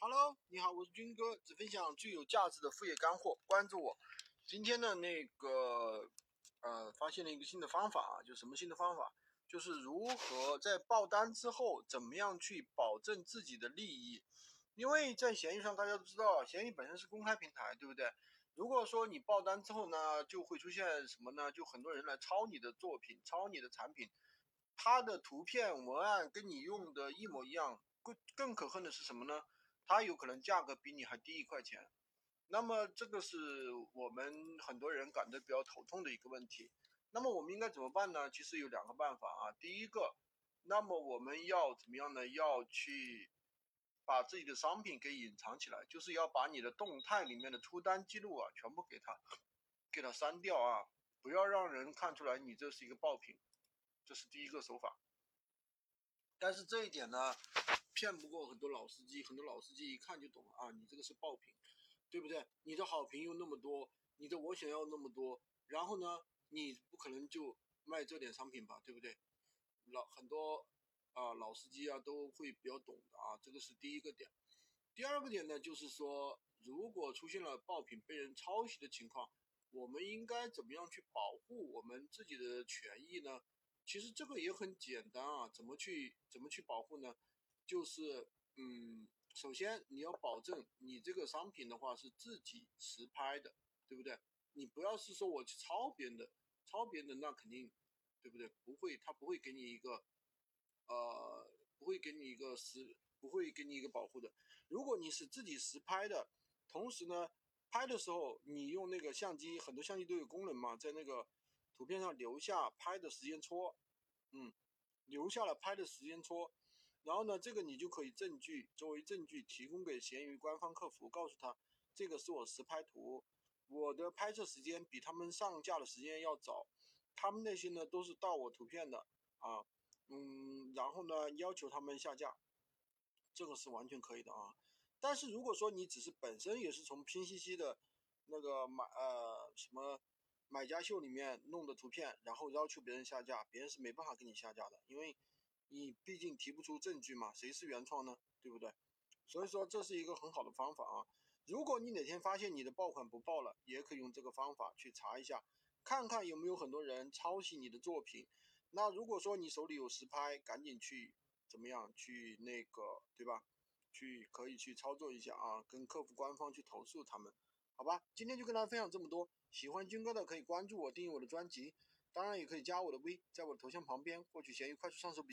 Hello，你好，我是军哥，只分享最有价值的副业干货，关注我。今天的发现了一个新的方法啊，就是什么新的方法？就是如何在爆单之后，怎么样去保证自己的利益。因为在闲鱼上，大家都知道，闲鱼本身是公开平台，对不对？如果说你爆单之后呢，就会出现什么呢？就很多人来抄你的作品，抄你的产品，他的图片文案跟你用的一模一样。更可恨的是什么呢？它有可能价格比你还低1块钱。那么这个是我们很多人感到比较头痛的一个问题。那么我们应该怎么办呢？其实有两个办法啊。第一个，那么我们要怎么样呢？要去把自己的商品给隐藏起来，就是要把你的动态里面的出单记录啊，全部给它删掉啊，不要让人看出来你这是一个爆品，这是第一个手法。但是这一点呢，骗不过很多老司机，很多老司机一看就懂了啊，你这个是爆品，对不对？你的好评又那么多，你的我想要那么多，然后呢，你不可能就卖这点商品吧，对不对？很多老司机啊都会比较懂的啊，这个是第一个点。第二个点呢，就是说，如果出现了爆品被人抄袭的情况，我们应该怎么样去保护我们自己的权益呢？其实这个也很简单啊，怎么去保护呢？就是首先你要保证你这个商品的话是自己实拍的，对不对？你不要是说我去抄别人的，抄别人的那肯定，对不对？不会，他不会给你一个不会给你一个不会给你一个保护的。如果你是自己实拍的，同时呢，拍的时候你用那个相机，很多相机都有功能嘛，在那个图片上留下拍的时间戳，留下了拍的时间戳，然后呢，这个你就可以作为证据提供给闲鱼官方客服，告诉他这个是我实拍图，我的拍摄时间比他们上架的时间要早，他们那些呢都是盗我图片的啊，然后呢要求他们下架，这个是完全可以的啊。但是如果说你只是本身也是从拼夕夕的那个什么买家秀里面弄的图片，然后要求别人下架，别人是没办法给你下架的，因为你毕竟提不出证据嘛，谁是原创呢？对不对？所以说这是一个很好的方法啊。如果你哪天发现你的爆款不爆了，也可以用这个方法去查一下，看看有没有很多人抄袭你的作品。那如果说你手里有实拍，赶紧去怎么样去那个，对吧？可以去操作一下啊，跟客服官方去投诉他们，好吧？今天就跟大家分享这么多，喜欢军哥的可以关注我，订阅我的专辑，当然也可以加我的微，在我的头像旁边获取闲鱼快速上手笔。